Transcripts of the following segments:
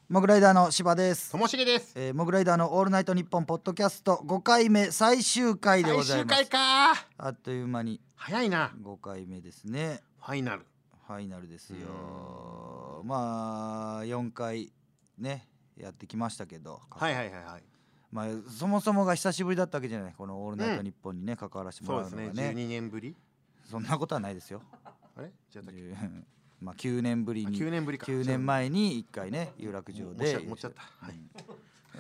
モグライダーの柴です。 ともしげです。 モグライダーのオールナイトニッポンポッドキャスト5回目最終回でございます。 最終回か。 あっという間に早いな。 5回目ですね。 ファイナルですよ。まあ4回ねやってきましたけど、 はい。 まあそもそもが久しぶりだったわけじゃない、このオールナイトニッポンにね関わらせてもらうのがね。 そうですね、12年ぶり。 そんなことはないですよ。 あれ違ったっけ。 まあ9年ぶりに 9年ぶりか。 9年前に1回ね有楽町で持っちゃった、はい、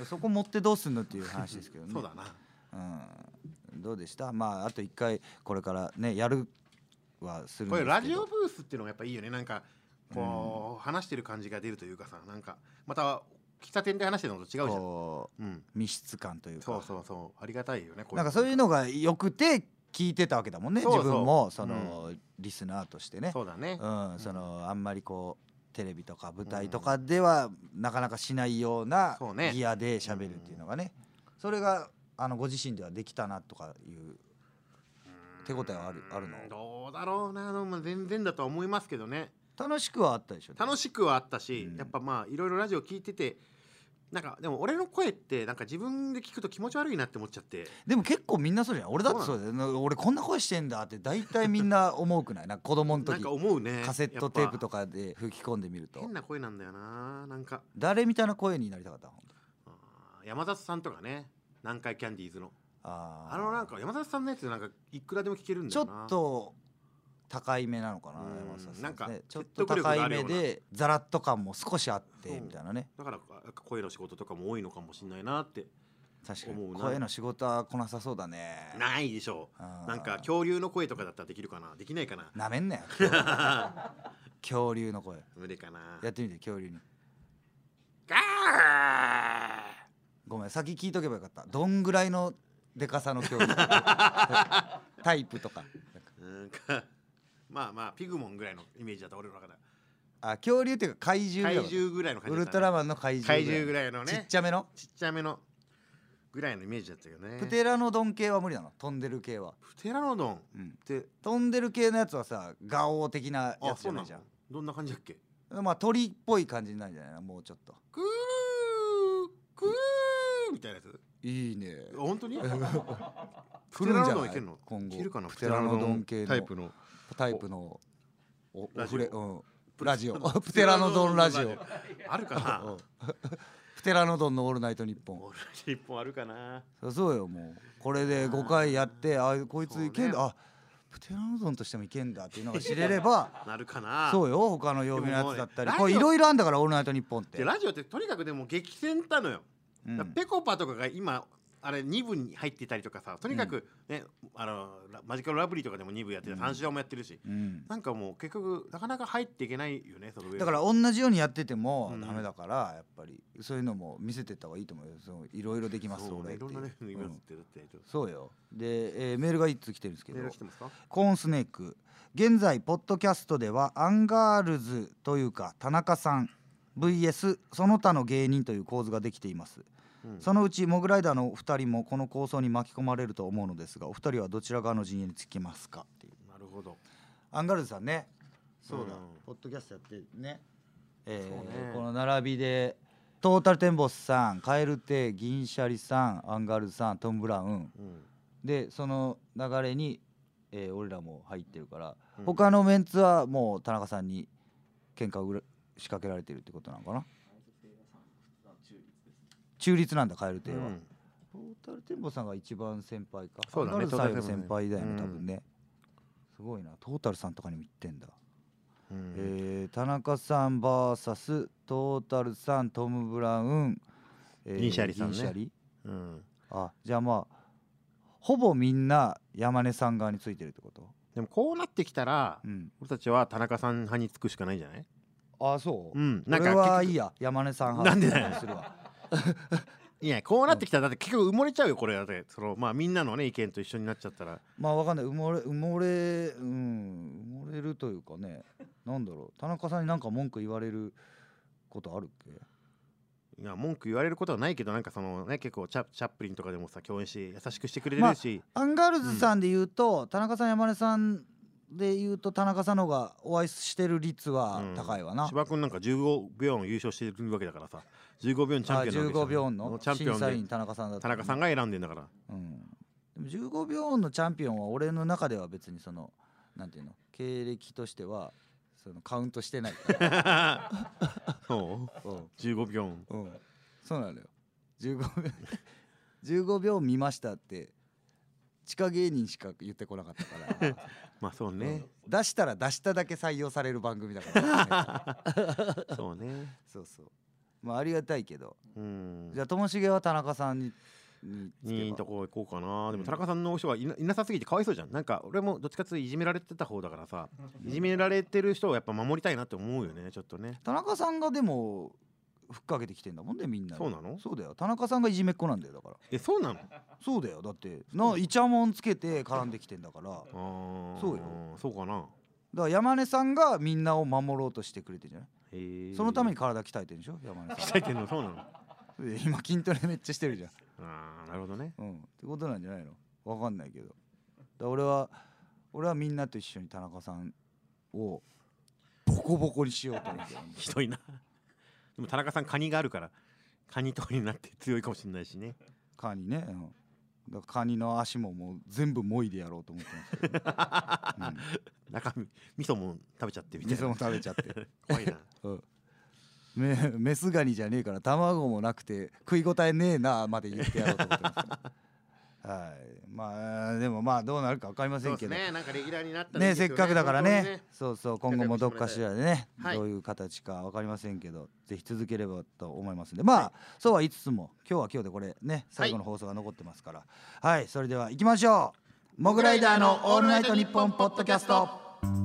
そこ持ってどうすんのっていう話ですけどね。 そうだな、 どうでした。まああと1回これからねやるはするんですけど、 これラジオブースっていうのがやっぱいいよね。なんかこう、話してる感じが出るというかさ、なんかまた喫茶店で話してるのと違うじゃん、 密室感というか、 そうありがたいよね。 なんかそういうのがよくて聞いてたわけだもんね。自分もその、リスナーとしてね。 そうだね、 そのあんまりこうテレビとか舞台とかではなかなかしないようなギアで喋るっていうのがね、それがご自身ではできたなとかいう手応えはあるの？ どうだろうな。全然だとは思いますけどね。 楽しくはあったでしょ。 楽しくはあったし、やっぱまあいろいろラジオ聞いてて、なんかでも俺の声ってなんか自分で聞くと気持ち悪いなって思っちゃって。 でも結構みんなそうじゃん。俺だってそうだよ。俺こんな声してんだって大体みんな思うくない？なんか子供の時なんか思うね。 カセットテープとかで吹き込んでみると変な声なんだよな。なんか誰みたいな声になりたかった？ 山里さんとかね、南海キャンディーズのなんか山里さんのやつなんかいくらでも聞けるんだよな。 ちょっと高いめなのかな。 なんかちょっと高いめでザラッと感も少しあってみたいなね。 だから声の仕事とかも多いのかもしれないなって。 確かに声の仕事は来なさそうだね。 ないでしょう。なんか恐竜の声とかだったらできるかな。できないかな。 なめんなよ恐竜の声無理かな。 やってみて。恐竜にガー。 ごめん、先聞いとけばよかった。どんぐらいのでかさの恐竜タイプとか。 まあピグモンぐらいのイメージだった俺の中で。 恐竜っていうか怪獣ぐらいの感じ、 ウルトラマンの怪獣ぐらいのね。 ちっちゃめのぐらいのイメージだったよね。 プテラノドン系は無理なの？飛んでる系は。 プテラノドンって飛んでる系のやつはさ、ガオー的なやつじゃないじゃん。 どんな感じだっけ？ まあ鳥っぽい感じになるんじゃないの？もうちょっとクーみたいなやつ。 いいね。 本当に？ 来るんじゃない？ 今後プテラノドン系のタイプのラジオプテラノドンラジオあるかな。 プテラノドンのオールナイトニッポン。 オールナイトニッポンあるかな。 そうよ。もうこれで5回やって、こいついけんだ、プテラノドンとしてもいけんだっていうのが知れればなるかな。 そうよ。他の曜日のやつだったりこれいろいろあんだから、オールナイトニッポンって。 ラジオってとにかくでも激戦なのよ。ペコパとかが今あれ2部に入ってたりとかさ、とにかくね、マジカルラブリーとかでも2部やってた、三四郎もやってるし、なんかもう結局なかなか入っていけないよね。 だから同じようにやっててもダメだから、やっぱりそういうのも見せてった方がいいと思うよ。いろいろできます俺って。そうよ。で、メールが1通来てるんですけど、コーンスネーク、現在ポッドキャストではアンガールズというか田中さん VS その他の芸人という構図ができています。そのうちモグライダーのお二人もこの構想に巻き込まれると思うのですが、お二人はどちら側の陣営につきますかっていう。 なるほど。 アンガールズさんね。そうだ、ポッドキャストやってね、この並びでトータルテンボスさん、カエルテ、銀シャリさん、アンガールズさん、トム・ブラウン、でその流れに、俺らも入ってるから、他のメンツはもう田中さんに喧嘩を仕掛けられてるってことなのかな。中立なんだ、カエル亭は。トータルテンボさんが一番先輩か。 そうだね、 トータルさんより先輩だよね、多分ね。すごいな、トータルさんとかにも行ってんだ。田中さん VS トータルさん、トム・ブラウン、 銀シャリさんね。 じゃあまあほぼみんな山根さん側についてるってこと。 でもこうなってきたら、俺たちは田中さん派につくしかないんじゃない？ そう。 なんか俺はいいや、山根さん派。 なんでだよ。いや、こうなってきたらだって結局埋もれちゃうよこれ。だってみんなのね意見と一緒になっちゃったら、 まあわかんない。埋もれるというかね、なんだろう、田中さんになんか文句言われることあるっけ？ いや、文句言われることはないけど、なんか結構チャップリンとかでもさ共演し優しくしてくれるし、 アンガールズさんで言うと、田中さん山根さんで言うと田中さんの方がお会いしてる率は高いわな。 芝君なんか15秒優勝してるわけだからさ、15秒チャンピオンなわけですよ。15秒の審査員田中さんだった、 田中さんが選んでんだから。 でも15秒のチャンピオンは俺の中では別にそのなんていうの経歴としてはそのカウントしてないからそう15秒、 そうなのよ。15秒見ましたって地下芸人しか言ってこなかったからまあそうね、 出したら出しただけ採用される番組だから、 ね、そうね、 そうまあありがたいけど、じゃあともしげは田中さんにとこ行こうかな。でも田中さんの人がいなさすぎてかわいそうじゃん。なんか俺もどっちかっていうといじめられてた方だからさ、いじめられてる人をやっぱ守りたいなって思うよね、ちょっとね。 田中さんがでもふっかけてきてんだもんね、みんな。 そうなの？ そうだよ、田中さんがいじめっ子なんだよ。だからそうなの？ そうだよ、だってイチャモンつけて絡んできてんだから。そうよ。 そうかな。だから山根さんがみんなを守ろうとしてくれてんじゃない？そのために体鍛えてるんでしょ、山根さん。 鍛えてんの？そうなの？ 今筋トレめっちゃしてるじゃん。 なるほどね。 ってことなんじゃないの？わかんないけど。だ俺はみんなと一緒に田中さんをボコボコにしようと思ってる。 ひどいな。でも田中さんカニがあるからカニとかになって強いかもしれないしね。 カニね、だからカニの足ももう全部もいでやろうと思ってますけど、 中身味噌も食べちゃってみたいな。 味噌も食べちゃって怖いな。 メスガニじゃねえから卵もなくて食い応えねえなまで言ってやろうと思ってますから。はい、まあでもまあどうなるか分かりませんけどね、なんかレギュラーになったね、せっかくだからね、そう今後もどっかしらでね、どういう形か分かりませんけど、ぜひ続ければと思いますんで、まあそうは言いつつも今日は今日でこれね最後の放送が残ってますから、はい、それでは行きましょう。モグライダーのオールナイトニッポンポッドキャスト。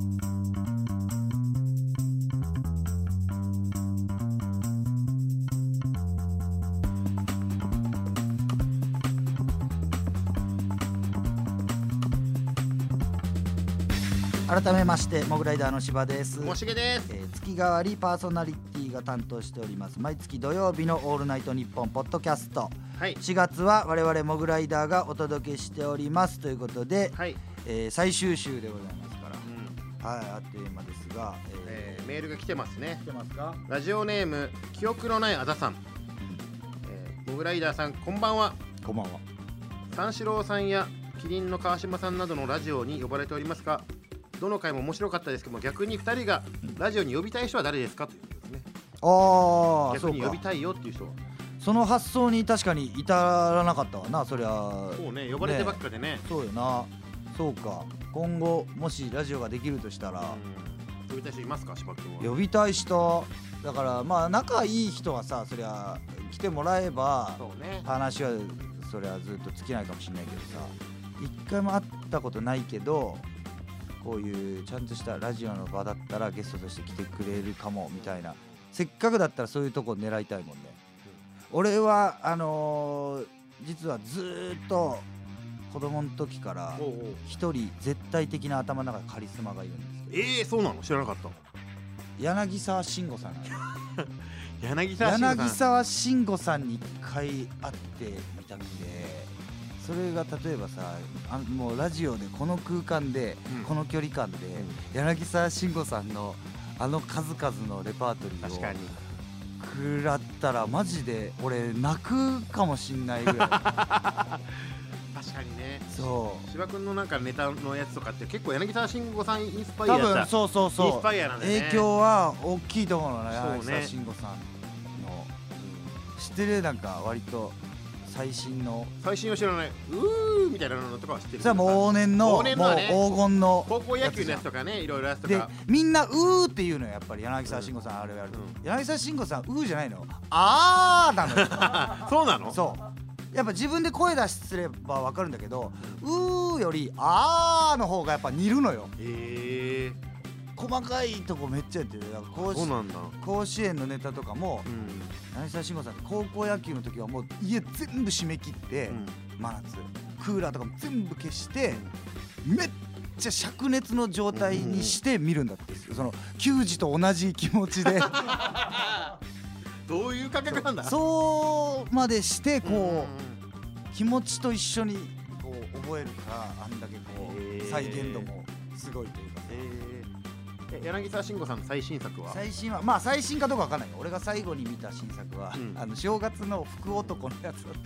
改めましてモグライダーの柴です。 もしげです。 月替わりパーソナリティが担当しております毎月土曜日のオールナイトニッポンポッドキャスト、4月は我々モグライダーがお届けしておりますということで、最終週でございますから、あっという間ですが、 メールが来てますね。 来てますか？ ラジオネーム記憶のないあざさん、モグライダーさんこんばんは。 こんばんは。 三四郎さんやキリンの川島さんなどのラジオに呼ばれておりますか？どの回も面白かったですけども、逆に2人がラジオに呼びたい人は誰ですかということですね。 逆に呼びたいよっていう人はその発想に確かに至らなかったわな。そりゃそうね、呼ばれてばっかでね。 そうよな。そうか、今後もしラジオができるとしたら呼びたい人いますか？柴君は呼びたい人だから、まあ仲いい人はさ、そりゃ来てもらえば話はそりゃずっと尽きないかもしれないけどさ、一回も会ったことないけどこういうちゃんとしたラジオの場だったらゲストとして来てくれるかもみたいな、せっかくだったらそういうとこ狙いたいもんね。俺は実はずっと子供の時から一人絶対的な頭の中でカリスマがいるんですよ。 そうなの？知らなかった。 柳沢慎吾さん柳沢慎吾さんに一回会ってみたくて、それが例えばさ、もうラジオでこの空間で、この距離感で、柳沢慎吾さんの数々のレパートリーを食らったらマジで俺泣くかもしんないぐらい。確かにね。そう柴君のなんかネタのやつとかって結構柳沢慎吾さんインスパイアだ。多分そうインスパイアなんでね。 影響は大きいと思うのね、柳沢慎吾さんの。知ってる？なんか割と最新を知らない。みたいなのとかは知ってる。 それはもう往年のもう黄金の高校野球のやつとかね、いろいろやつとかでみんなって言うのよ、やっぱり柳沢慎吾さんあれやると、柳沢慎吾さんじゃないの、なのよ。 そうなの？ そうやっぱ自分で声出しすれば分かるんだけど、よりの方がやっぱ似るのよ。細かいとこめっちゃやってる。 そうなんだ。 甲子園のネタとかも、柳沢慎吾さんって高校野球の時はもう家全部閉め切って、真夏クーラーとかも全部消して、めっちゃ灼熱の状態にして見るんだって。その球児と同じ気持ちでどういう感覚なんだ。 そうまでしてこう気持ちと一緒にこう覚えるから、あんだけこう再現度もすごいというか。 柳沢慎吾さんの最新作は？ 最新はまあ最新かどうかわかんないよ。俺が最後に見た新作は、正月の福男のやつだった。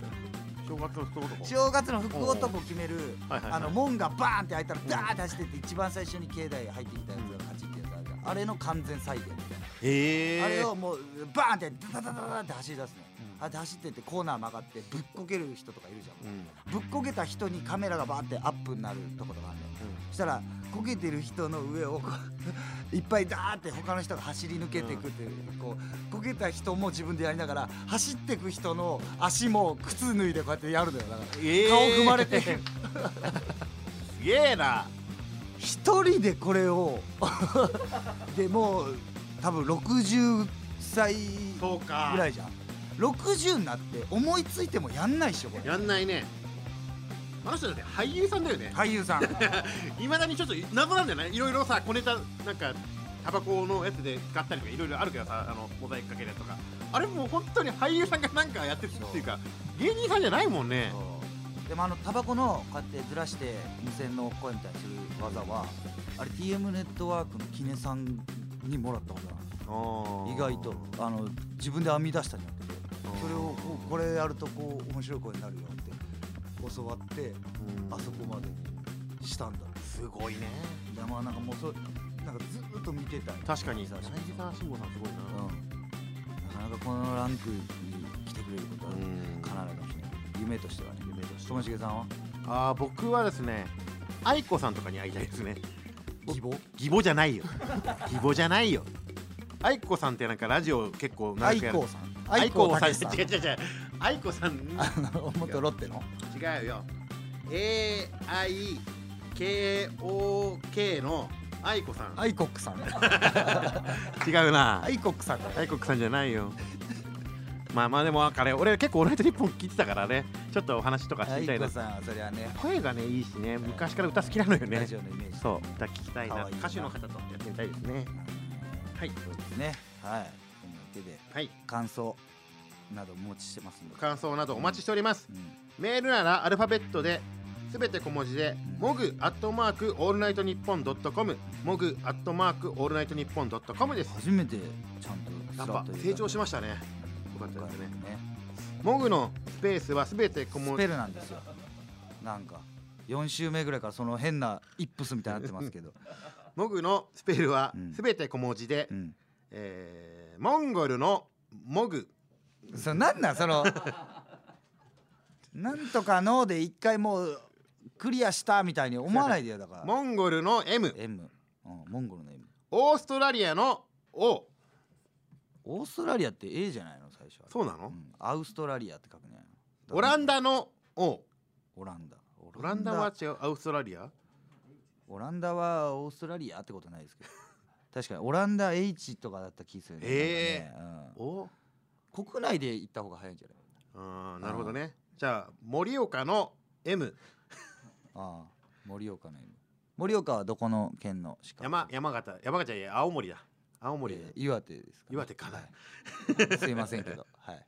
正月の福男。 正月の福男を決める門がバーンって開いたらダーって走ってって一番最初に境内入ってきたやつが勝ちってやつあるじゃん。あれの完全再現みたいな。あれをもうバーンってダダダダダって走り出すの。あで走ってってコーナー曲がってぶっこける人とかいるじゃん。ぶっこけた人にカメラがバーってアップになるとことかあるね。そしたらこけてる人の上をいっぱいダーって他の人が走り抜けていくっていう、こけた人も自分でやりながら走っていく人の足も靴脱いでこうやってやるのよ。だから顔踏まれてすげえな。 一人でこれをでもう多分60歳ぐらいじゃん。60になって思いついてもやんないっしょこれ。 やんないね。あの人だって俳優さんだよね。 俳優さんいまだにちょっと謎なんだよね。いろいろさ小ネタなんかタバコのやつで使ったりとかいろいろあるけどさ、モザイクかけるやつとかあれもう本当に俳優さんがなんかやってるっていうか芸人さんじゃないもんね。 でもタバコのこうやってずらして無線の声みたいにする技はあれ TM ネットワークのキネさんにもらったことなの。意外と自分で編み出したんじゃなくて、それをこれやるとこう面白い声になるよって教わってあそこまでしたんだ。 すごいね。 いやまあなんかもうなんかずっと見てたい。 確かに柳沢慎吾さんすごいな。 なかなかこのランクに来てくれることはかなりの夢としてはね。ともしげさんは？ 僕はですね愛子さんとかに会いたいですね。 義母じゃないよ。義母じゃないよ。愛子さんってなんかラジオ結構長くやる。 愛子さん違う愛子さん元ロッテの違うよ。AIKOK の愛子さん。 アイコックさん違うな。 アイコックさんアイコックさんじゃないよ。まあでも俺結構オールナイトニッポン聞いてたからね、ちょっとお話とかしてみたいな。 愛子さんはそれはね声がねいいしね、昔から歌好きなのよね。 ラジオのイメージ。 そう歌聞きたいな。歌手の方とやってみたいですね。はい、 そうですね。はい。というわけで感想などお持ちしてますので。 感想などお待ちしております。メールならアルファベットですべて小文字でmog@allnightnippon.com mog@allnightnippon.com です。 初めてちゃんとやっぱ成長しましたね。よかったですね。モグのスペースはすべて小文字。 スペルなんですよ。なんか4週目ぐらいからその変なイップスみたいになってますけどモグのスペルはすべて小文字で、モンゴルのモグ。 なんなんそのなんとかので一回もうクリアしたみたいに思わないでよ。だからモンゴルの M、 モンゴルの M、 オーストラリアの O。 オーストラリアって A じゃないの最初は。 そうなの？ アウストラリアって書くね。 オランダの O。 オランダは違う。アウストラリア。 オランダはオーストラリアってことないですけど確かにオランダ H とかだった気するね。国内で行った方が早いんじゃない？ なるほどね。じゃあ盛岡の M。 盛岡の M。 盛岡はどこの県の？ 山形いや青森だ。青森岩手ですか？ 岩手かな。 すいませんけどはい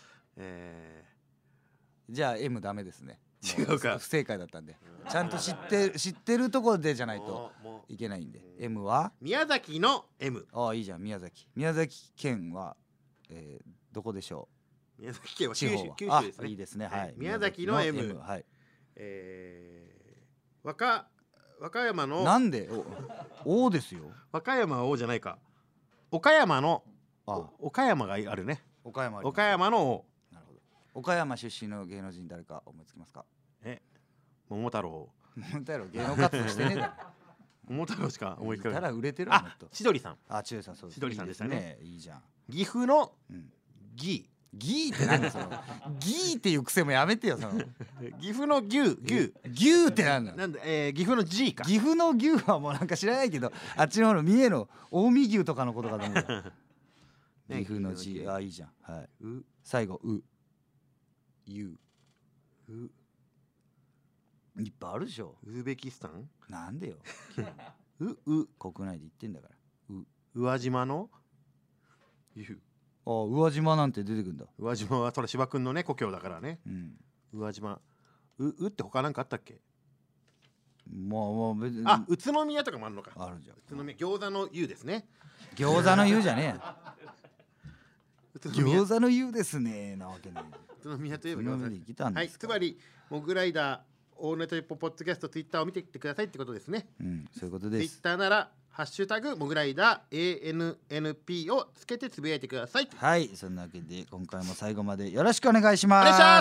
じゃあ M ダメですね。 違うか。 不正解だったんでちゃんと知ってるところでじゃないといけないんで。 M は宮崎の M。 いいじゃん。宮崎県はどこでしょう？宮崎県は九州ですね。 いいですね。はい。 宮崎の M。 はい。和歌山のなんでOですよ。 和歌山は O じゃないか。岡山の岡山があるね。岡山の O。 なるほど。岡山出身の芸能人誰か思いつきますか？ 桃太郎。 桃太郎芸能活動してねえだろ。 桃太郎しか思いつかない。 ただ売れてる。 千鳥さん。 千鳥さん。そうです。 千鳥さんでしたね。 いいじゃん。 岐阜のギーってなんだそのギーっていう癖もやめてよその岐阜の牛ってなんだ。 なんだ岐阜の G か。 岐阜の牛はもうなんか知らないけどあっちの方の三重の近江牛とかのことかと思う岐阜の G。 いいじゃん。はい。最後いっぱいあるでしょ。 ウズベキスタン。 なんでよ国内で言ってんだから。 宇和島の宇和島なんて出てくるんだ。 宇和島はそれ芝君のね故郷だからね。宇和島って他なんかあったっけ？ もう別に宇都宮とかもあるのか。 あるじゃん。 宇都宮餃子の湯ですね。 餃子の湯じゃねえ。 宇都宮餃子の湯ですねなわけない。 宇都宮といえば宇都宮に来たんはい、 ですか。 つまりモグライダーオールナイトニッポンポッドキャストツイッターを見てきてくださいってことですね。 そういうことツイッです。 ターならハッシュタグモグライダー ANNP をつけてつぶやいてください。 はい、そんなわけで今回も最後までよろしくお願いしおます。 願いします。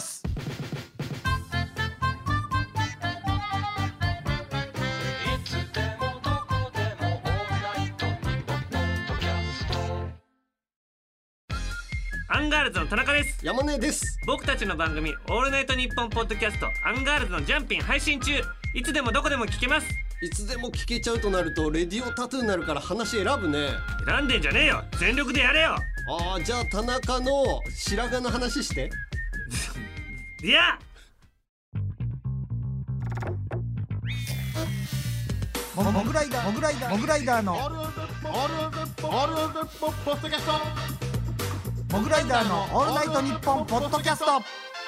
アンガールズの田中です。 山根です。 僕たちの番組オールナイトニッポンポッドキャストアンガールズのジャンピン配信中。いつでもどこでも聞けます。 いつでも聞けちゃうとなるとレディオタトゥーになるから話選ぶね。 選んでんじゃねえよ、全力でやれよ。 じゃあ田中の白髪の話していやモグライダーのオールナイトポッドキャスト。 モグライダーのオールナイトニッポンポッドキャスト。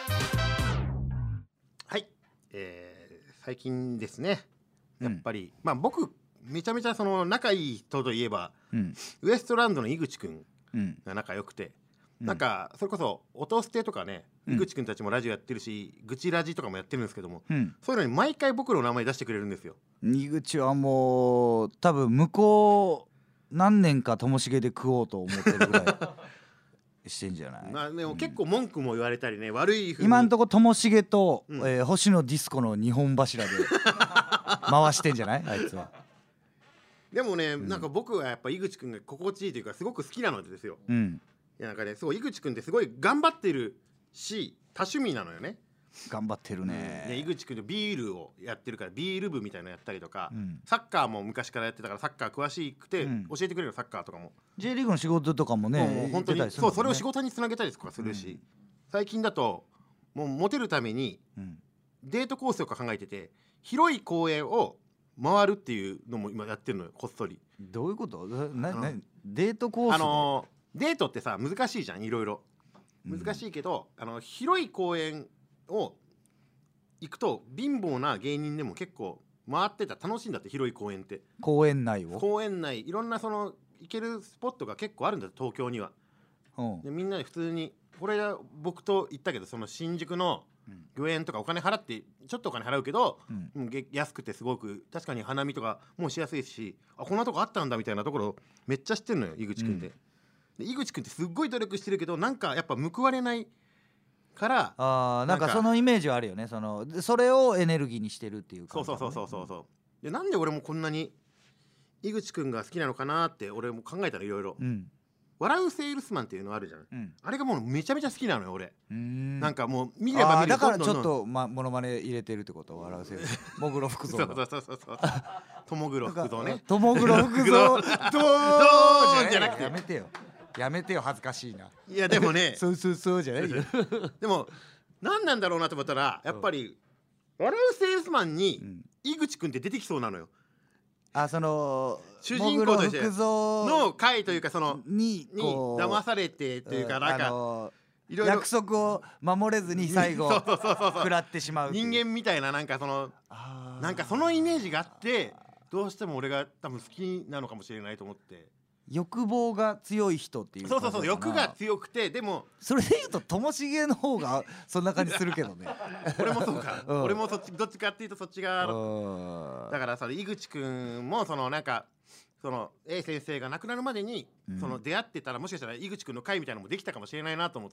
はい、最近ですね、やっぱり、僕めちゃめちゃその仲いい人といえば、ウエストランドの井口くんが仲良くて、なんかそれこそ音捨てとかね、井口くんたちもラジオやってるし、愚痴ラジとかもやってるんですけども、そういうのに毎回僕の名前出してくれるんですよ。 井口はもう多分向こう何年かともしげで食おうと思ってるぐらいしてんじゃない。 でも結構文句も言われたりね、悪い風に今んとこともしげと、星野ディスコの2本柱で回してんじゃないあいつは。 でもね、なんか僕はやっぱ井口くんが心地いいというかすごく好きなのですよ。いやなんかね、すごい井口くんってすごい頑張ってるし多趣味なのよね。 頑張ってるね。 井口くんでビールをやってるからビール部みたいなのやったりとか、サッカーも昔からやってたからサッカー詳しくて、教えてくれるサッカーとかも J リーグの仕事とかもね、 もう本当にそう、それを仕事につなげたりとかするし、最近だともうモテるためにデートコースとか考えてて、広い公園を回るっていうのも今やってるのよ、こっそり。 どういうこと？デートコースデートってさ難しいじゃん、いろいろ難しいけど、広い公園を行くと貧乏な芸人でも結構回ってたら楽しいんだって。広い公園って公園内いろんなその行けるスポットが結構あるんだって、東京には。でみんなで普通に、これは僕と言ったけど、その新宿の御苑とかお金払って、ちょっとお金払うけど、安くてすごく確かに花見とかもうしやすいし、こんなとこあったんだみたいなところめっちゃ知ってるのよ井口くんって。で井口くんってすっごい努力してるけど、なんかやっぱ報われないから、 なんかそのイメージはあるよね。それをエネルギーにしてるっていうか、 そうで、なんで俺もこんなに井口くんが好きなのかなって俺も考えたらいろいろ。笑うセールスマンっていうのあるじゃん、あれがもうめちゃめちゃ好きなのよ俺。なんかもう見れば見るほどだからちょっとモノマネ入れてるってこと。笑うセールスマンもぐろ福蔵そう友黒福蔵ね。 友黒福蔵どうじゃなくて、 やめてよ恥ずかしいな。 いやでもねそうじゃないよ。 でも何なんだろうなと思ったら、やっぱり笑うセールスマンに井口くんって出てきそうなのよ。 その主人公としての回というか、そのに騙されてというか、なんか約束を守れずに最後食らってしまう人間みたいな、なんかそのイメージがあって、どうしても俺が多分好きなのかもしれないと思って。 欲望が強い人っていう。 そう欲が強くて、でもそれでいうとともしげの方がそんな感じするけどね。 俺もそうか、俺もどっちかっていうとそっち側だからさ。井口くんもそのなんかその A 先生が亡くなるまでにその出会ってたら、もしかしたら井口くんの会みたいなのもできたかもしれないなと思って。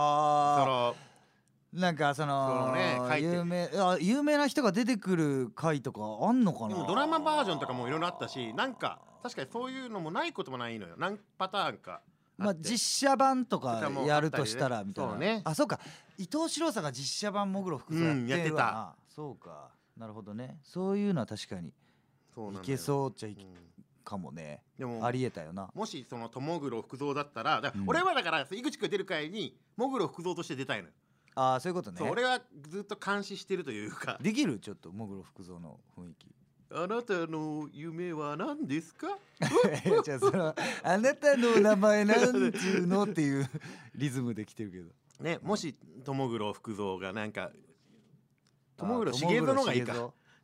なんかその有名な人が出てくる回とかあんのかな。 でもドラマバージョンとかもいろいろあったし、なんか確かにそういうのもないこともないのよ。何パターンか実写版とかやるとしたらみたいな。 そうね。 そうか、伊藤四郎さんが実写版もぐろ福蔵やってた。 そうか、なるほどね。そういうのは確かにいけそうっちゃいけかもね。でもありえたよな。 もしその友黒福蔵だったら、俺はだから井口くんが出る回にもぐろ福蔵として出たいのよ。 そういうことね。 俺はずっと監視してるというか。 できる？ちょっともぐろ福蔵の雰囲気。 あなたの夢は何ですか？ じゃあそのあなたの名前なんちゅうのっていうリズムで来てるけどね。もし友黒福蔵がなんか友黒重蔵のがいいか。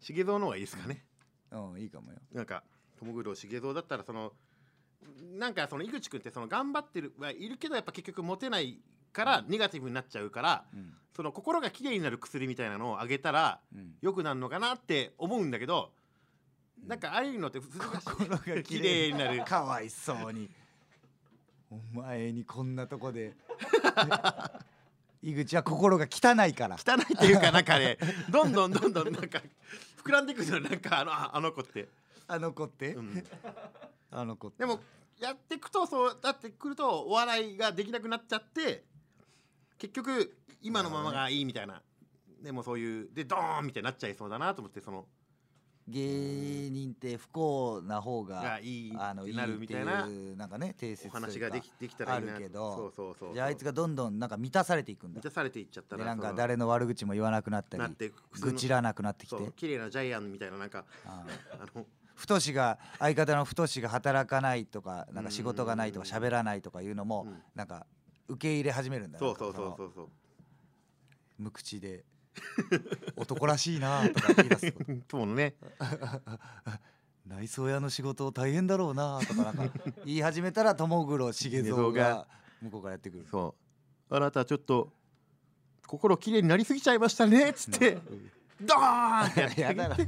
重蔵の方がいいですかね。 いいかもよ。 なんか友黒重蔵だったらなんか井口くんって頑張ってるはいるけどやっぱ結局モテないからネガティブになっちゃうから、心がきれいになる薬みたいなのをあげたら良くなるのかなって思うんだけど、なんかああいうのって心がきれいになる。 かわいそうに。お前にこんなとこで井口は心が汚いから。 汚いっていうかなんかねどんどんなんか膨らんでいくのなんかあの子ってあの子って、あの子ってでもやっていくとそうだってくるとお笑いができなくなっちゃって結局今のままがいいみたいな、でもそういうでドーンみたいになっちゃいそうだなと思って、 芸人って不幸な方がいいってなるみたいななんかね定説お話ができたらいいな。 あるけど、 そうじゃああいつがどんどんなんか満たされていくんだ。 満たされていっちゃったらなんか誰の悪口も言わなくなったり愚痴らなくなってきて、 綺麗なジャイアンみたいななんか太が相方の太が働かないとかなんか仕事がないとか喋らないとかいうのもなんか受け入れ始めるんだ。 そう無口で男らしいなとか言い出すそうね内装屋の仕事大変だろうなとかなんか言い始めたら友黒重蔵が向こうからやってくる。 あなたちょっと心きれいになりすぎちゃいましたねっつってドーンってやってやだな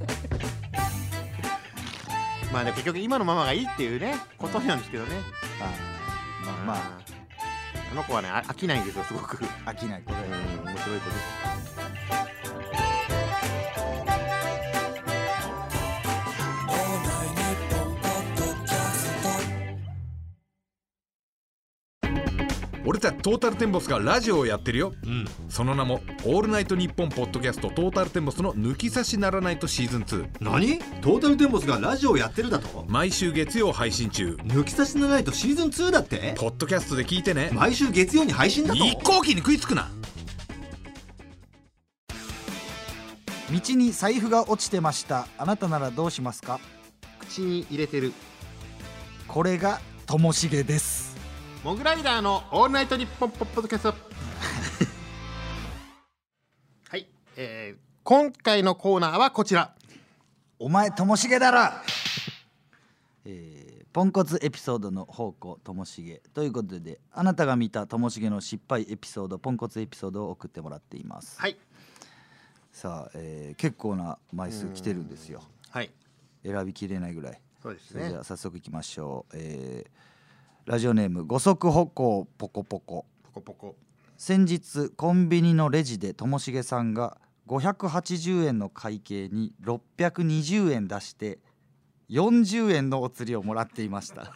まあね結局今のままがいいっていうねことなんですけどね。 まああの子はね飽きないんですよ、すごく飽きない。これ面白い子です。 俺たちトータルテンボスがラジオをやってるよ、その名もオールナイトニッポンポッドキャストトータルテンボスの抜き差しならないとシーズン2。 何？トータルテンボスがラジオをやってるだと？ 毎週月曜配信中。 抜き差しならないとシーズン2だって？ ポッドキャストで聞いてね。 毎週月曜に配信だと？ 一向機に食いつくな。 道に財布が落ちてました。あなたならどうしますか？ 口に入れてる。 これがともしげです。 モグライダーのオールナイトニッポンポッドキャストはい、今回のコーナーはこちら。 お前ともしげだろポンコツエピソードの宝庫ともしげということで、あなたが見たともしげの失敗エピソード、ポンコツエピソードを送ってもらっています。 はい。 さあ、結構な枚数来てるんですよ。 はい。 選びきれないぐらい。 そうですね。 じゃあ早速いきましょう。ラジオネーム五足歩行ポコポコ。 ポコポコ。 先日コンビニのレジでともしげさんが580円の会計に620円出して40円のお釣りをもらっていました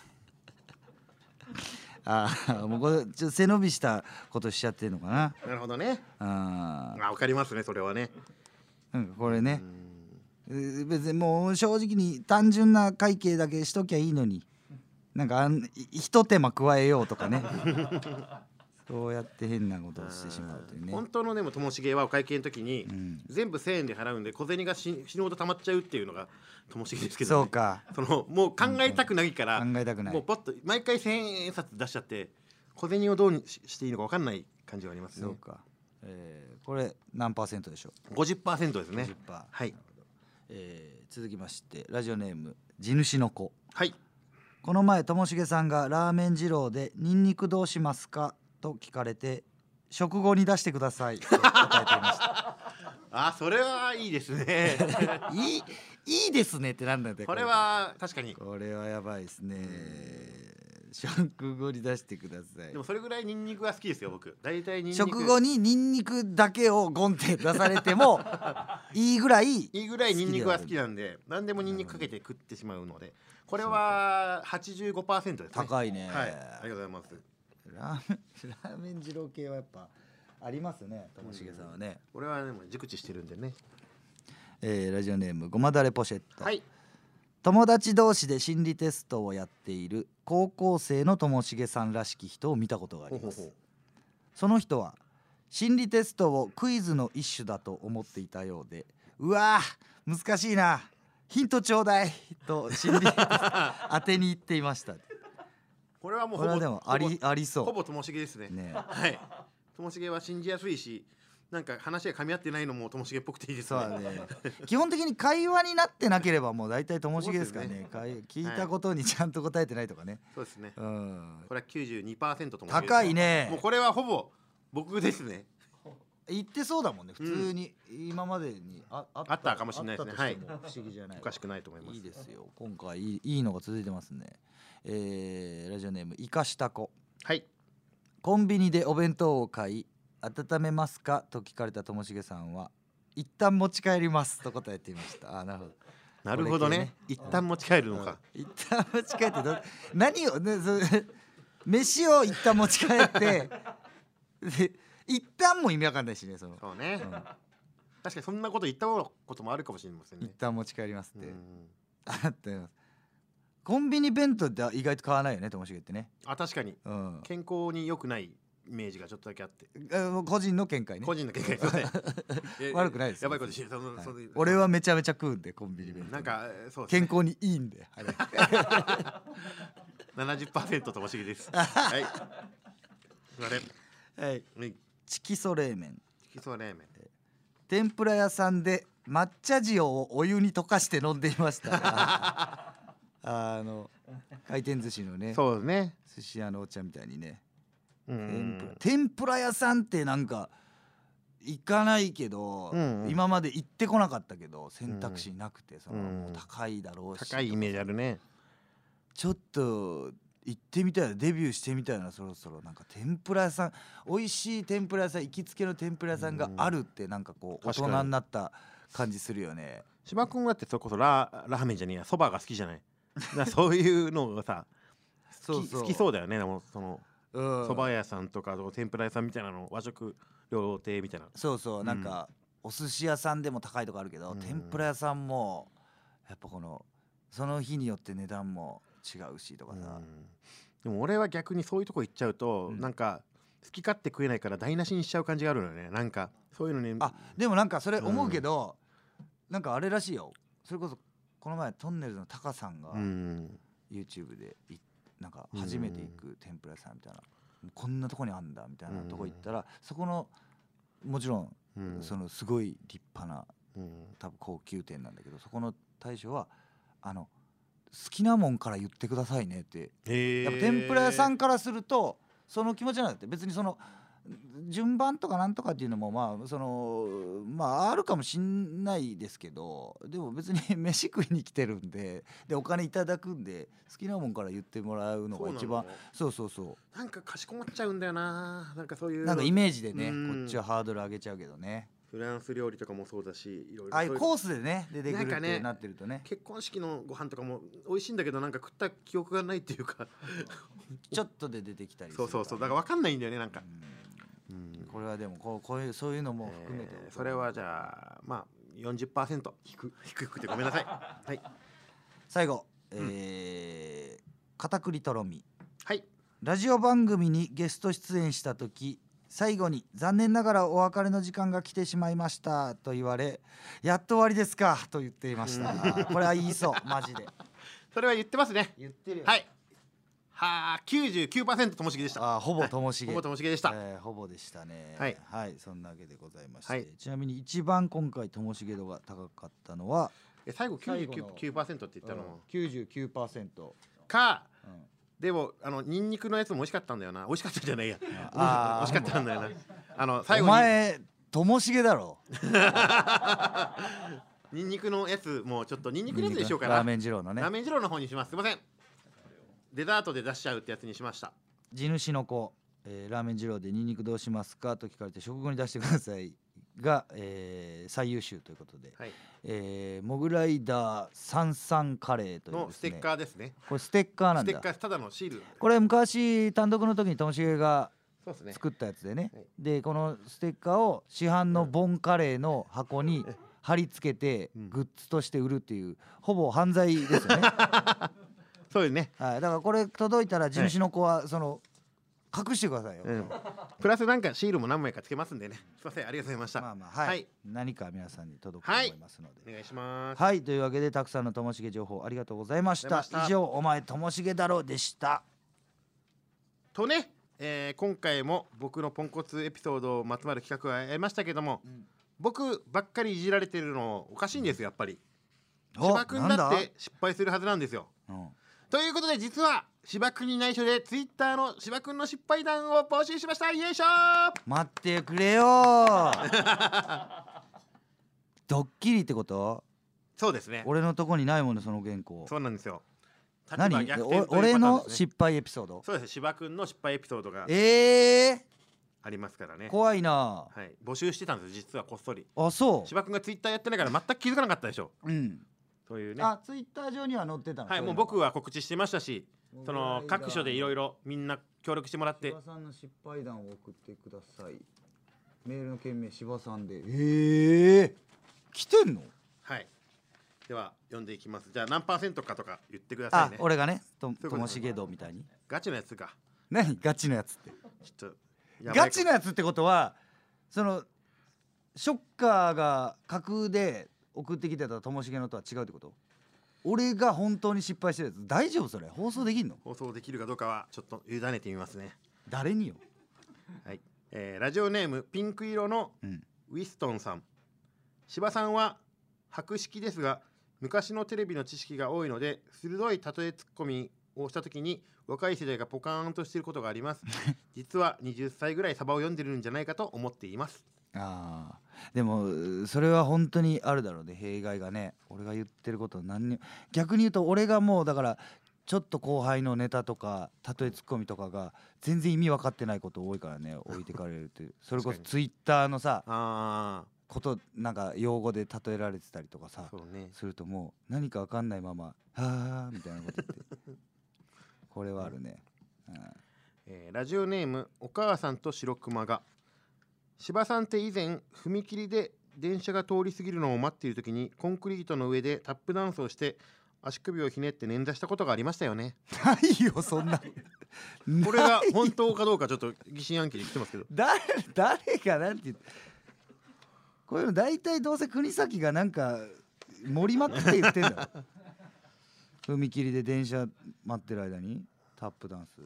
もうこれちょっと背伸びしたことしちゃってるのかな。 なるほどね。わかりますね、それはね。 なんかこれね、別にもう正直に単純な会計だけしときゃいいのに、なんか一手間加えようとかねそうやって変なことをしてしまうというね。 本当のでもともしげはお会計の時に、全部1000円で払うんで小銭が死ぬほど溜まっちゃうっていうのがともしげですけど、ね、 そうか。 もう考えたくないから、 考えたくない、 もうポッと毎回1000円札出しちゃって小銭をどうにしていいのか分かんない感じがありますね。 そうか、これ何%でしょう。 50% ですね。 50%。 はい。 続きましてラジオネーム地主の子。 はい。 この前ともしげさんがラーメン二郎でニンニクどうしますかと聞かれて食後に出してくださいと答えていましたそれはいいですねいいですねってなんだって。 これは確かにこれはやばいですね。食後に出してください。 でもそれぐらいニンニクが好きですよ僕。大体ニンニク食後にニンニクだけをゴンって出されてもいいぐらいニンニクが好きなんで、何でもニンニクかけて食ってしまうので、これは 85% ですね。 高いね。 はい、ありがとうございます。 ラーメン二郎系はやっぱありますね、ともしげさんはね。 俺はでも熟知してるんでね。 ラジオネームごまだれポシェット。 はい。 友達同士で心理テストをやっている高校生のともしげさんらしき人を見たことがあります。その人は心理テストをクイズの一種だと思っていたようで、うわー難しいな、ヒントちょうだいと心理テスト当てに行っていました。 これはもうこれはでもありそう。 ほぼともしげですね。 ね。 はい。ともしげは信じやすいし、 なんか話が噛み合ってないのもともしげっぽくていいですね。 そうね基本的に会話になってなければもう大体ともしげですからね。聞いたことにちゃんと答えてないとかね。 そうですね。 うん、 これは 92% とも高いね。 もうこれはほぼ僕ですね。 言ってそうだもんね普通に、今までにあったかもしれないですね。はい。 不思議じゃない。 おかしくないと思います。 いいですよ。今回いいのが続いてますね。ラジオネームイカした子。 はい。 コンビニでお弁当を買い温めますかと聞かれたともしげさんは一旦持ち帰りますと答えていました。なるほど。 なるほどね。一旦持ち帰るのか。 一旦持ち帰って何をね飯を一旦持ち帰ってで一旦も意味わかんないしねそうね、確かにそんなこと言ったこともあるかもしれませんね。 一旦持ち帰りますってあってコンビニ弁当って意外と買わないよねともしげってね。 確かに、健康に良くないイメージがちょっとだけあって個人の見解ね。 個人の見解悪くないです。 やばいことして俺はめちゃめちゃ食うんでコンビニ弁当なんかそう健康にいいんで 70% ともしげですはいすいません。はいチキソ冷麺。 チキソ冷麺。 天ぷら屋さんで抹茶塩をお湯に溶かして飲んでいました回転寿司のね。 そうね。 寿司屋のお茶みたいにね。天ぷら屋さんってなんか行かないけど、今まで行ってこなかったけど選択肢なくて高いだろうし。 高いイメージあるね。 ちょっと行ってみたいなデビューしてみたいなそろそろなんか天ぷら屋さん美味しい天ぷら屋さん行きつけの天ぷら屋さんがあるってなんかこう大人になった感じするよね。 芝君だってそれこそラーメンじゃねえやそばが好きじゃないそういうのがさ好きそうだよね。でもそのそば屋さんとか天ぷら屋さんみたいなの和食料亭みたいなそうなんかお寿司屋さんでも高いとこあるけど天ぷら屋さんもやっぱその日によって値段も違うしとかさ。 でも俺は逆にそういうとこ行っちゃうと、なんか好き勝手食えないから台無しにしちゃう感じがあるのよね。なんかそういうのね。 でもなんかそれ思うけど、なんかあれらしいよ。それこそこの前トンネルズのタカさんが YouTube でなんか初めて行く天ぷら屋さんみたいな、こんなとこにあんだみたいなとこ行ったら、そこのもちろんそのすごい立派な多分高級店なんだけど、そこの大将は好きなもんから言ってくださいねって。やっぱ天ぷら屋さんからするとその気持ちなんだって。別にその順番とかなんとかっていうのもあるかもしんないですけど、でも別に飯食いに来てるんでお金いただくんで好きなもんから言ってもらうのが一番。そうなんかかしこまっちゃうんだよな。なんかそういうなんかイメージでね、こっちはハードル上げちゃうけどね。 フランス料理とかもそうだし、いろいろああいうコースでね出てくるってなってるとね。 結婚式のご飯とかも美味しいんだけどなんか食った記憶がないっていうかちょっとで出てきたりする。 そうだから分かんないんだよねなんか。 これはでもこういうそういうのも含めて、 それはじゃあ40% 低くてごめんなさいはい。 最後片栗とろみ。 はい。 ラジオ番組にゲスト出演した時、最後に残念ながらお別れの時間が来てしまいましたと言われ、やっと終わりですかと言っていました。これは言いそうマジで。 それは言ってますね。 言ってるよ。 はい99% ともしげでした。 ほぼともしげ。 ほぼともしげでした。 ほぼでしたね。 はい、 そんなわけでございまして、ちなみに一番今回ともしげ度が高かったのは最後 99% って言ったのも 99% か、でもニンニクのやつも美味しかったんだよな。美味しかったじゃないや。美味しかったんだよな。最後にお前ともしげだろニンニクのやつもちょっとニンニクのやつにしようかな。 ラーメン二郎のね。 ラーメン二郎の方にします。すいません。デザートで出しちゃうってやつにしました。 地主の子、ラーメン二郎でニンニクどうしますかと聞かれて食後に出してくださいが、最優秀ということで、モグライダーサンサンカレーというのステッカーですね。 これステッカーなんだ。 ステッカーただのシール。 これ昔単独の時にともしげが作ったやつでね。でこのステッカーを市販のボンカレーの箱に貼り付けてグッズとして売るっていう、ほぼ犯罪ですよね。 そうですね。 だからこれ届いたら地主の子は隠してくださいよ。 プラスなんかシールも何枚かつけますんでね。すいません、ありがとうございました。 はい、何か皆さんに届くと思いますので、 お願いします。 はい、というわけでたくさんのともしげ情報ありがとうございました。以上、お前ともしげだろでした。 とね、 今回も僕のポンコツエピソードをまつまる企画がやりましたけども、僕ばっかりいじられてるのおかしいんですよやっぱり。芝君だって失敗するはずなんですよ。ということで実は芝君に内緒でツイッターの芝君の失敗談を募集しました。よいしょー。 待ってくれよドッキリってこと？ そうですね。 俺のとこにないもんねその原稿。 そうなんですよ。 何？俺の失敗エピソード？ そうです。芝君の失敗エピソードがありますからね。 怖いな。 はい、募集してたんです実はこっそり。 あ、そう。 芝君がツイッターやってないから全く気づかなかったでしょ。 うん。 そういうね。 あ、ツイッター上には載ってたの。 はい、もう僕は告知してましたし、その各所でいろいろみんな協力してもらって。 芝さんの失敗談を送ってください。メールの件名芝さんで。来てんの？ はい。では読んでいきます。じゃあ何%かとか言ってくださいね。 あ、俺がね、ともしげ堂みたいに。 ガチのやつか。 何ガチのやつって。 ちょっとガチのやつってことは、そのショッカーが架空で送ってきてたともしげのとは違うってこと？俺が本当に失敗してるやつ大丈夫？それ放送できんの？ 放送できるかどうかはちょっと委ねてみますね。 誰によ。 はい、ラジオネームピンク色のウィストンさん。芝さんは博識ですが昔のテレビの知識が多いので鋭い例えツッコミをした時に若い世代がポカーンとしていることがあります実は20歳ぐらいサバを読んでるんじゃないかと思っています。 あー、でもそれは本当にあるだろうね、弊害がね。俺が言ってること何に逆に言うと俺がもうだからちょっと後輩のネタとか例えツッコミとかが全然意味分かってないこと多いからね置いてかれるってそれこそツイッターのさことなんか用語で例えられてたりとかさ、 ね、 するともう何か分かんないまま「はー」みたいなこと言ってこれはあるね。 ラジオネームお母さんと白熊が芝さんって以前踏切で電車が通り過ぎるのを待っている時にコンクリートの上でタップダンスをして足首をひねって捻挫したことがありましたよね。 ないよそんなこれが本当かどうかちょっと疑心暗鬼で来てますけど誰がなんて言ってこういうの大体どうせ国崎がなんか盛りまくって言ってんだよ踏切で電車待ってる間にタップダンス。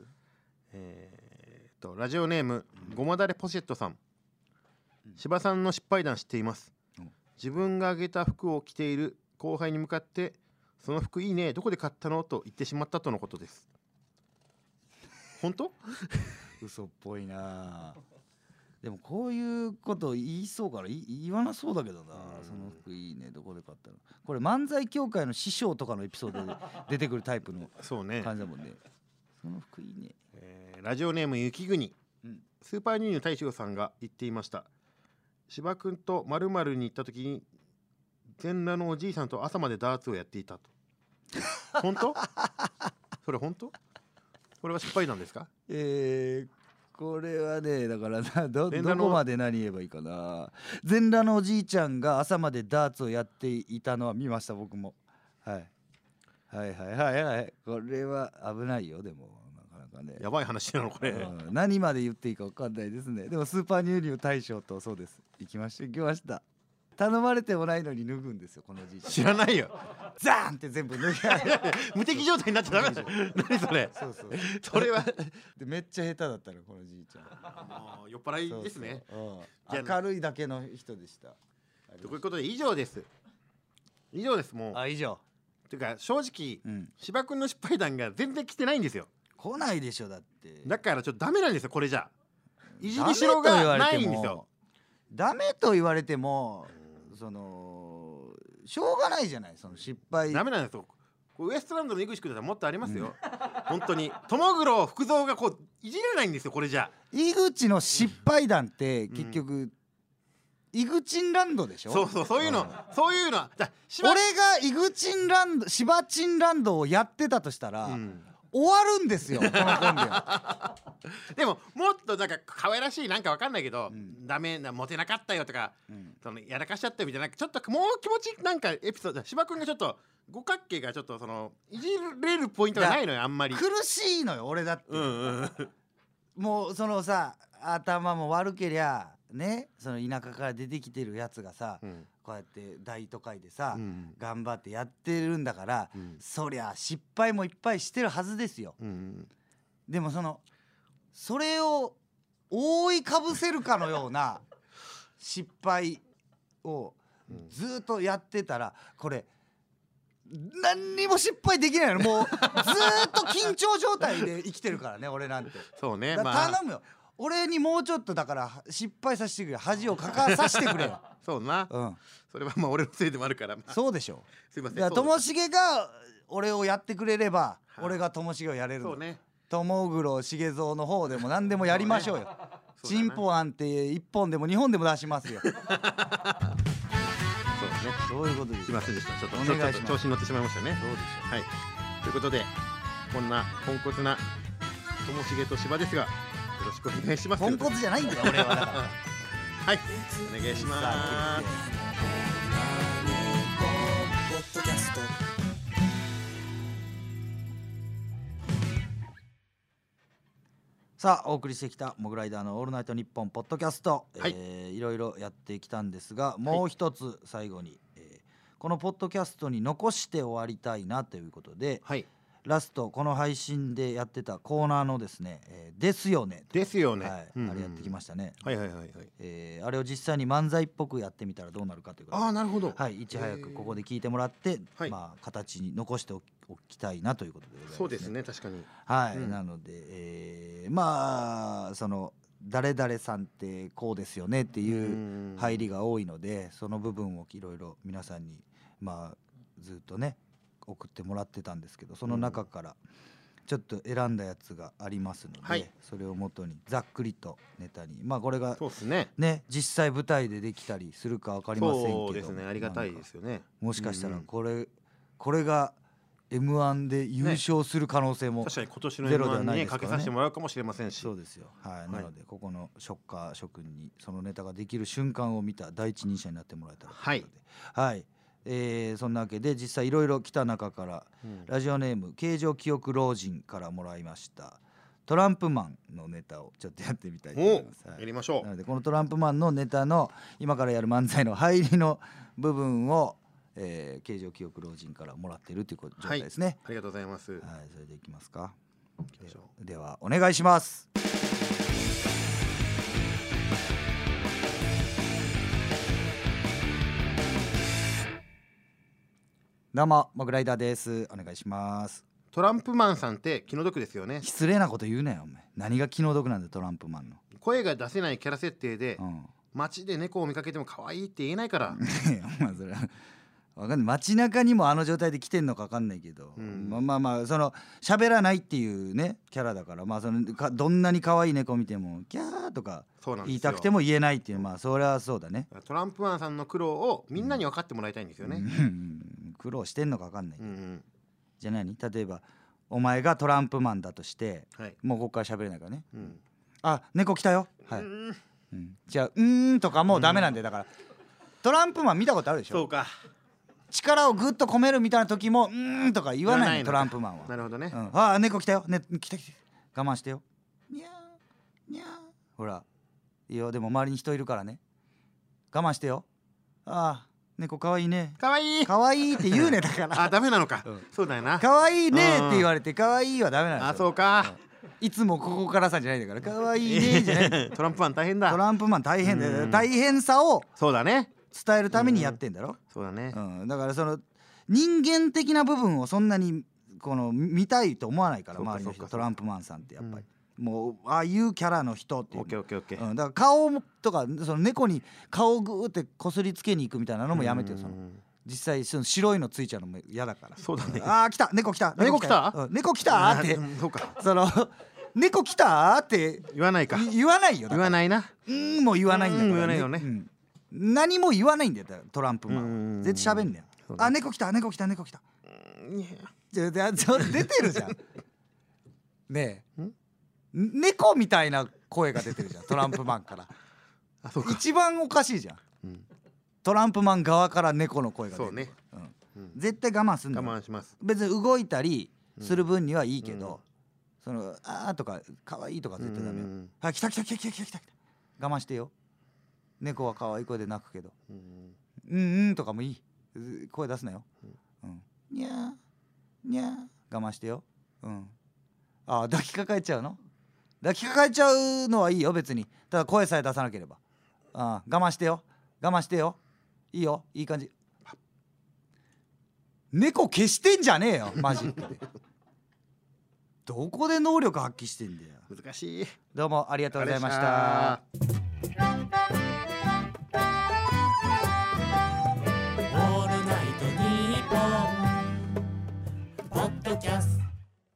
ラジオネームごまだれポシェットさん。芝さんの失敗談知っています。自分があげた服を着ている後輩に向かってその服いいねどこで買ったのと言ってしまったとのことです。本当？ 嘘っぽいな。でもこういうこと言いそうから言わなそうだけどな。その服いいねどこで買ったの。これ漫才協会の師匠とかのエピソードで出てくるタイプの感じだもんね。その服いいね。 ラジオネーム雪国、スーパーニューの大将さんが言っていました。芝くんと〇〇に行った時に全裸のおじいさんと朝までダーツをやっていたと。本当？それ本当？これは失敗なんですか？ これはねだからどこまで何言えばいいかな。全裸のおじいちゃんが朝までダーツをやっていたのは見ました僕も。はいこれは危ないよ。でもなかなかねやばい話なのこれ、 何まで言っていいか分かんないですね。でもスーパーニューニュー大将とそうです行きました頼まれてもないのに脱ぐんですよこのおじいちゃん。 知らないよ。 ザーンって全部脱ぎ無敵状態になっちゃダメだ。何それ。 そうそれはでめっちゃ下手だったのこのじいちゃん。 酔っ払いですね。 明るいだけの人でした。 ということで以上ですもう。 以上ていうか正直、芝君の失敗談が全然来てないんですよ。 来ないでしょだって。 だからちょっとダメなんですよこれじゃ。いじりしろがないんですよ。 ダメと言われてもそのしょうがないじゃないその失敗。 ダメなんですよ。ウエストランドの井口君だったらもっとありますよ。本当に友黒福蔵がこういじれないんですよこれじゃ。 井口の失敗談って結局、イグチンランドでしょ。 そういうの俺がイグチンランドシバチンランドをやってたとしたら、終わるんですよこのコンビは。 でももっとなんか可愛らしいなんかわかんないけど、ダメなモテなかったよとか、そのやらかしちゃったみたいなちょっともう気持ちなんかエピソード芝君がちょっと五角形がちょっとそのいじれるポイントがないのよあんまり。 苦しいのよ俺だって、もうそのさ頭も悪けりゃねその田舎から出てきてるやつがさ、こうやって大都会でさ、頑張ってやってるんだから、そりゃ失敗もいっぱいしてるはずですよ。でもそのそれを覆いかぶせるかのような失敗をずっとやってたら、これ何にも失敗できないの。もうずっと緊張状態で生きてるからね俺なんて。 そうね、 頼むよ、俺にもうちょっとだから失敗させてくれ、恥をかかさせてくれよそうな、それはまあ俺のせいでもあるから、 そうでしょ。 すいません。 ともしげが俺をやってくれれば、俺がともしげをやれるの。 そうね、 友黒重蔵の方でも何でもやりましょうよ。チンポ案って1本でも2本でも出しますよ。 そうですね、 そういうことです。 すいませんでした。ちょっとお願いします。 調子に乗ってしまいましたね。 そうでしょ。 はい、ということでこんなポンコツなともしげと芝ですが、よろしくお願いします。 ポンコツじゃないんだよ俺はだからはい、お願いします。 さあお送りしてきたモグライダーのオールナイトニッポンポッドキャスト、いろいろやってきたんですが、もう一つ最後に、このポッドキャストに残して終わりたいなということで、ラストこの配信でやってたコーナーのですね、ですよねですよね、 あれやってきましたね。 はいはいはいはい、 あれを実際に漫才っぽくやってみたらどうなるかということで、 なるほど、 はい、いち早くここで聞いてもらって、まあ形に残しておきたいなということでございますね。 そうですね、確かに。 はい、なので、まあその誰々さんってこうですよねっていう入りが多いので、その部分をいろいろ皆さんにまあずっとね送ってもらってたんですけど、その中からちょっと選んだやつがありますので、それをもとにざっくりとネタに、まあこれがね実際舞台でできたりするか分かりませんけど、 そうですね、ありがたいですよね。 もしかしたらこれが M1 で優勝する可能性も確かに今年の M1 にかけさせてもらうかもしれませんし。 そうですよ、はい、なのでここのショッカー諸君にそのネタができる瞬間を見た第一人者になってもらえたらということで、はい、そんなわけで実際いろいろ来た中から、ラジオネーム形状記憶老人からもらいましたトランプマンのネタをちょっとやってみたいと思います。 やりましょう。 なのでこのトランプマンのネタの今からやる漫才の入りの部分を形状記憶老人からもらっているという状態ですね。 ありがとうございます。 はい、それでいきますか。ではお願いします。どうもモグライダーです。お願いします。 トランプマンさんって気の毒ですよね。 失礼なこと言うなよお前。何が気の毒なんだトランプマンの。 声が出せないキャラ設定で、街で猫を見かけても可愛いって言えないから。 まあそれはわかんない、街中にもあの状態で来てんのかわかんないけど、まあその喋らないっていうねキャラだから、まあそのどんなに可愛い猫見てもキャーとか言いたくても言えないっていう、まあそれはそうだね。 トランプマンさんの苦労をみんなに分かってもらいたいんですよね。 苦労してんのかわかんないけど、じゃあ何、例えばお前がトランプマンだとして、もうここから喋れないからね、あ、猫来たよ、はい、じゃあとかもうダメなんで、だからトランプマン見たことあるでしょ。 そうか、 力をグッと込めるみたいな時もとか言わないのトランプマンは。 なるほどね。 あ、猫来たよ、来た我慢してよ、にゃーにゃー、ほらいいよ、でも周りに人いるからね、我慢してよ、あ、猫かわいいね、 かわいいかわいいって言うね、だからダメなのか、そうだよな、 かわいいねって言われてかわいいはダメなんですよ。 そうか、 いつもここからさんじゃないんだから、かわいいねじゃないトランプマン大変だ。 トランプマン大変だよ、大変さをそうだね伝えるためにやってんだろ。 そうだね、 だからその人間的な部分をそんなにこの見たいと思わないから、周りの人。トランプマンさんってやっぱりもうああいうキャラの人っていう、だから顔とかその猫に顔をグーってこすりつけに行くみたいなのもやめてよ。その実際その白いのついちゃうのも嫌だから。 そうだね。 あ、来た、猫来た、 猫来た、 猫来たって、 そうか、 その猫来たって言わないか、 言わないよ、 言わないな、 もう言わないんだから、 言わないよね、 何も言わないんだよトランプマン。絶対喋んねん。あ、猫来た、猫来た、猫来た、出てるじゃんねえ、猫みたいな声が出てるじゃんトランプマンから。一番おかしいじゃん、トランプマン側から猫の声が出る。そうね、絶対我慢すんだよ。 我慢します。 別に動いたりする分にはいいけど、そのあーとか可愛いとか絶対ダメよ。あ、来た来た来た来た来た来た、我慢してよ。猫は可愛い声で鳴くけど、とかもいい、声出すなよ。にゃーにゃー、我慢してよ。あ、抱きかかえちゃうの。 抱きかかえちゃうのはいいよ別に。ただ声さえ出さなければ。我慢してよいいよ、いい感じ。猫消してんじゃねえよマジでどこで能力発揮してんだよ。 難しい。 どうもありがとうございました。 オールナイトニッポンポッドキャスト。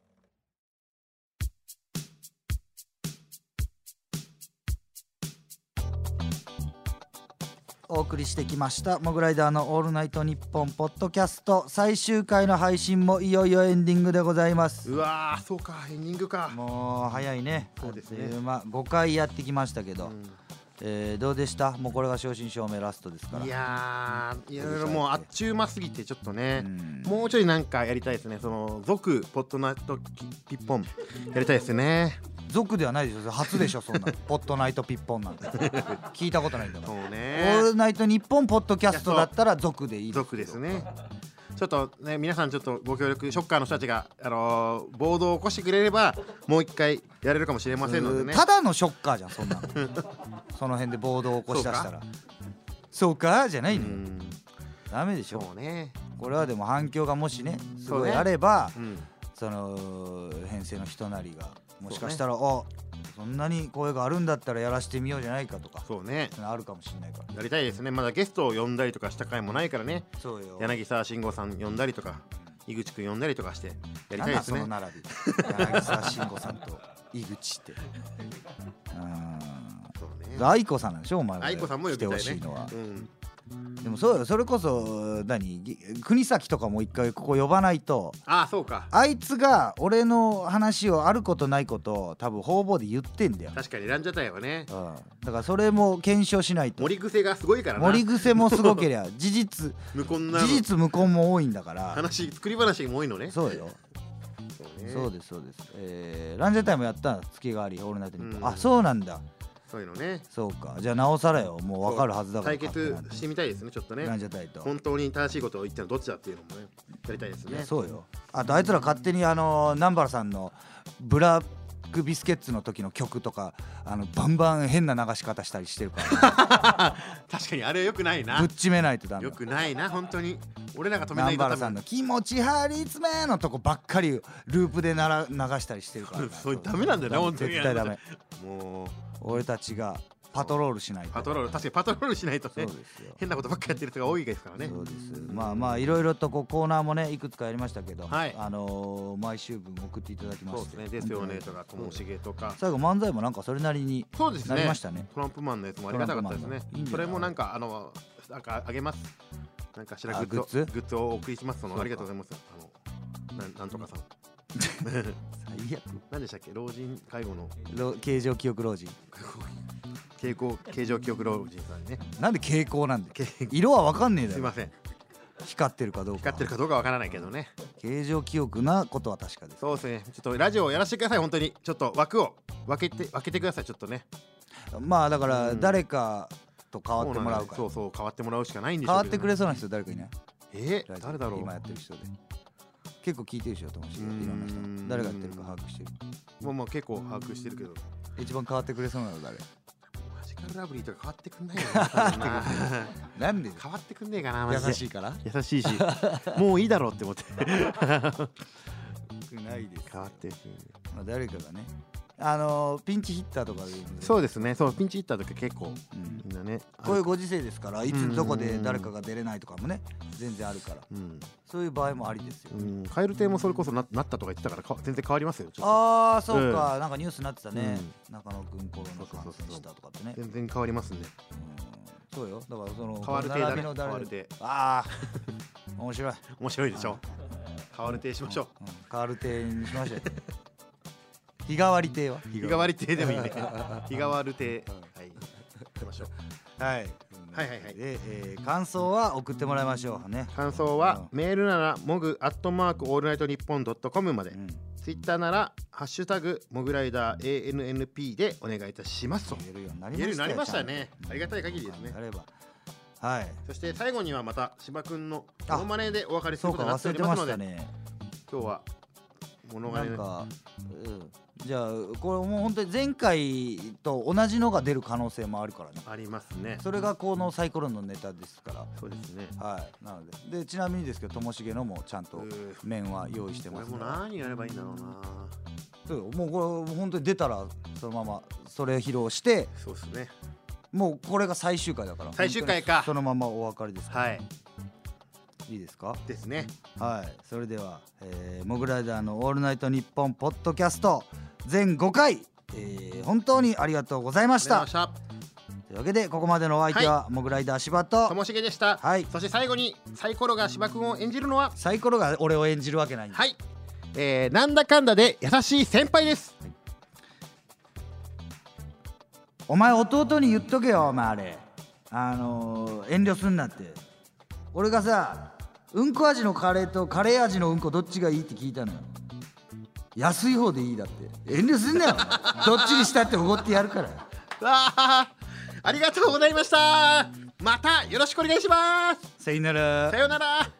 お送りしてきましたモグライダーのオールナイトニッポンポッドキャスト最終回の配信もいよいよエンディングでございます。 うわー、そうか、エンディングか。 もう早いね。 そうですね。 5回やってきましたけど、どうでした？もうこれが正真正銘ラストですから。 いやもうあっちゅう間すぎてちょっとね、もうちょいなんかやりたいですね。その続ポッドナイトピッポンやりたいですね。 族ではないでしょ、初でしょそんなポッドナイトピッポンなんて聞いたことないんだから。 そうオね、 ールナイトニッポンポッドキャストだったら族でいいです。 族ですね。ちょっとね、皆さんちょっとご協力、ショッカーの人たちが暴動を起こしてくれればもう一回やれるかもしれませんのでね。 ただのショッカーじゃんそんなのその辺で暴動を起こしだしたらそうかじゃないのよ。ダメでしょ。 そうね。 これはでも反響がもしねすごいあれば、その編成の人なりがもしかしたら、そんなに声があるんだったらやらしてみようじゃないかとか、 そうね、 あるかもしれないからやりたいですね。まだゲストを呼んだりとかした回もないからね。 そうよ。 柳沢慎吾さん呼んだりとか、井口くん呼んだりとかしてやりたいですね。 その並び柳沢慎吾さんと井口って愛子さんなんでしょお前は。 愛子さんも呼びたいね。 来てほしいのは、でもそうよ、それこそ国崎とかも一回ここ呼ばないと。 そうか。 あいつが俺の話をあることないことを多分方々で言ってんだよ。 確かにランジャタイはね、 だからそれも検証しないと。 盛り癖がすごいからな。 盛り癖もすごけりゃ事実無根も多いんだから。 作り話も多いのね。 そうよ。そうですそうです。ランジャタイもやった月替わりオールナイトニッポン。そうなんだ。 そういうのね。 そうか。じゃあなおさらよ、もう分かるはずだから。 対決してみたいですね、ちょっとね。 ランジャタイと本当に正しいことを言ってるのどっちだっていうのもねやりたいですね。 そうよ。あとあいつら勝手に南原さんのブラックビスケッツの時の曲とかバンバン変な流し方したりしてるから、 確かにあれよくないな。 ぶっちめないとダメ。 よくないな本当に。俺らが止めないと。 南原さんの気持ち張り詰めのとこばっかりループで流したりしてるからそういうダメなんだよな本当に。 絶対ダメ。 もう俺たちがパトロールしないと。 確かにパトロールしないとね。そうですよ。変なことばっかやってる人が多いですからね。 そうです。まあいろいろとコーナーもねいくつかやりましたけど、毎週分送っていただきまして。 そうですね。ですよねとかともしげとか。 最後漫才もなんかそれなりになりましたね。 トランプマンのやつもありがたかったですね。それもなんかあげます。なんかしらグッズをお送りします。ありがとうございます。なんとかさん。 最悪。 何でしたっけ？老人介護の形状記憶老人。 形状記憶老人さんね。 なんで蛍光なんで色は分かんねえだろ。 すいません。 光ってるかどうかわからないけどね。 形状記憶なことは確かです。 そうですね。ちょっとラジオをやらせてください。本当にちょっと枠を分けてください。ちょっとね。 まあだから誰かと変わってもらうから。 そう変わってもらうしかないんでしょ。 変わってくれそうな人誰かいない？ 誰だろう。 今やってる人で結構聞いてるでしょと思うし、いろんな人誰がやってるか把握してる。 まあ結構把握してるけど、 一番変わってくれそうなの誰？ マジカルラブリーとか変わってくんないよな。 なんで変わってくんねえかな。マジで優しいから。 優しいしもういいだろうって思ってないです。 変わってるし、 誰かがねピンチヒッターとかで。 そうですね。ピンチヒッターとか結構みんなね、 こういうご時世ですからいつどこで誰かが出れないとかもね全然あるから、そういう場合もありですよ。 蛙亭もそれこそなったとか言ってたから全然変わりますよ。 そうか、なんかニュースになってたね。中野くんコロナ感染したとかってね。 全然変わりますんで。 そうよ。だからその蛙亭だね。蛙亭。 面白いでしょ。蛙亭しましょう。 蛙亭にしましょう。日替わり亭は？ 日替わり亭でもいいね。日替わる亭。はい。行きましょう。 はい。で、感想は送ってもらいましょうね。 感想はメールならmog@allnightnippon.com まで。ツイッターならハッシュタグモグライダー ANNP でお願いいたしますと。 言えるようになりましたね。ありがたい限りですね。 はい。 そして最後にはまた芝くんのモノマネでお別れすることになっておりますので、今日は物がねなんか、じゃあこれもう本当に前回と同じのが出る可能性もあるからね。 ありますね。 それがこのサイコロのネタですから。 そうですね。 はい。なのでちなみにですけどともしげのもちゃんと面は用意してますから。俺も何やればいいんだろうな。 もうこれ本当に出たらそのままそれ披露して。 そうですね。 もうこれが最終回だから。 最終回か。 そのままお別れですから。 はい。 いいですか。 ですね。 はい。それでは、モグライダーのオールナイトニッポンポッドキャスト全5回、本当にありがとうございました。というわけでここまでのお相手は、モグライダー柴とともしげでした。はい。そして最後にサイコロが柴くんを演じるのはサイコロが俺を演じるわけないんだ。 はい。なんだかんだで優しい先輩です。 お前弟に言っとけよお前あれ遠慮すんなって。俺がさうんこ味のカレーとカレー味のうんこどっちがいいって聞いたのよ。安い方でいいだって遠慮すんなよどっちにしたっておごってやるから。 ありがとうございました。またよろしくお願いします。 さよなら。 さよなら。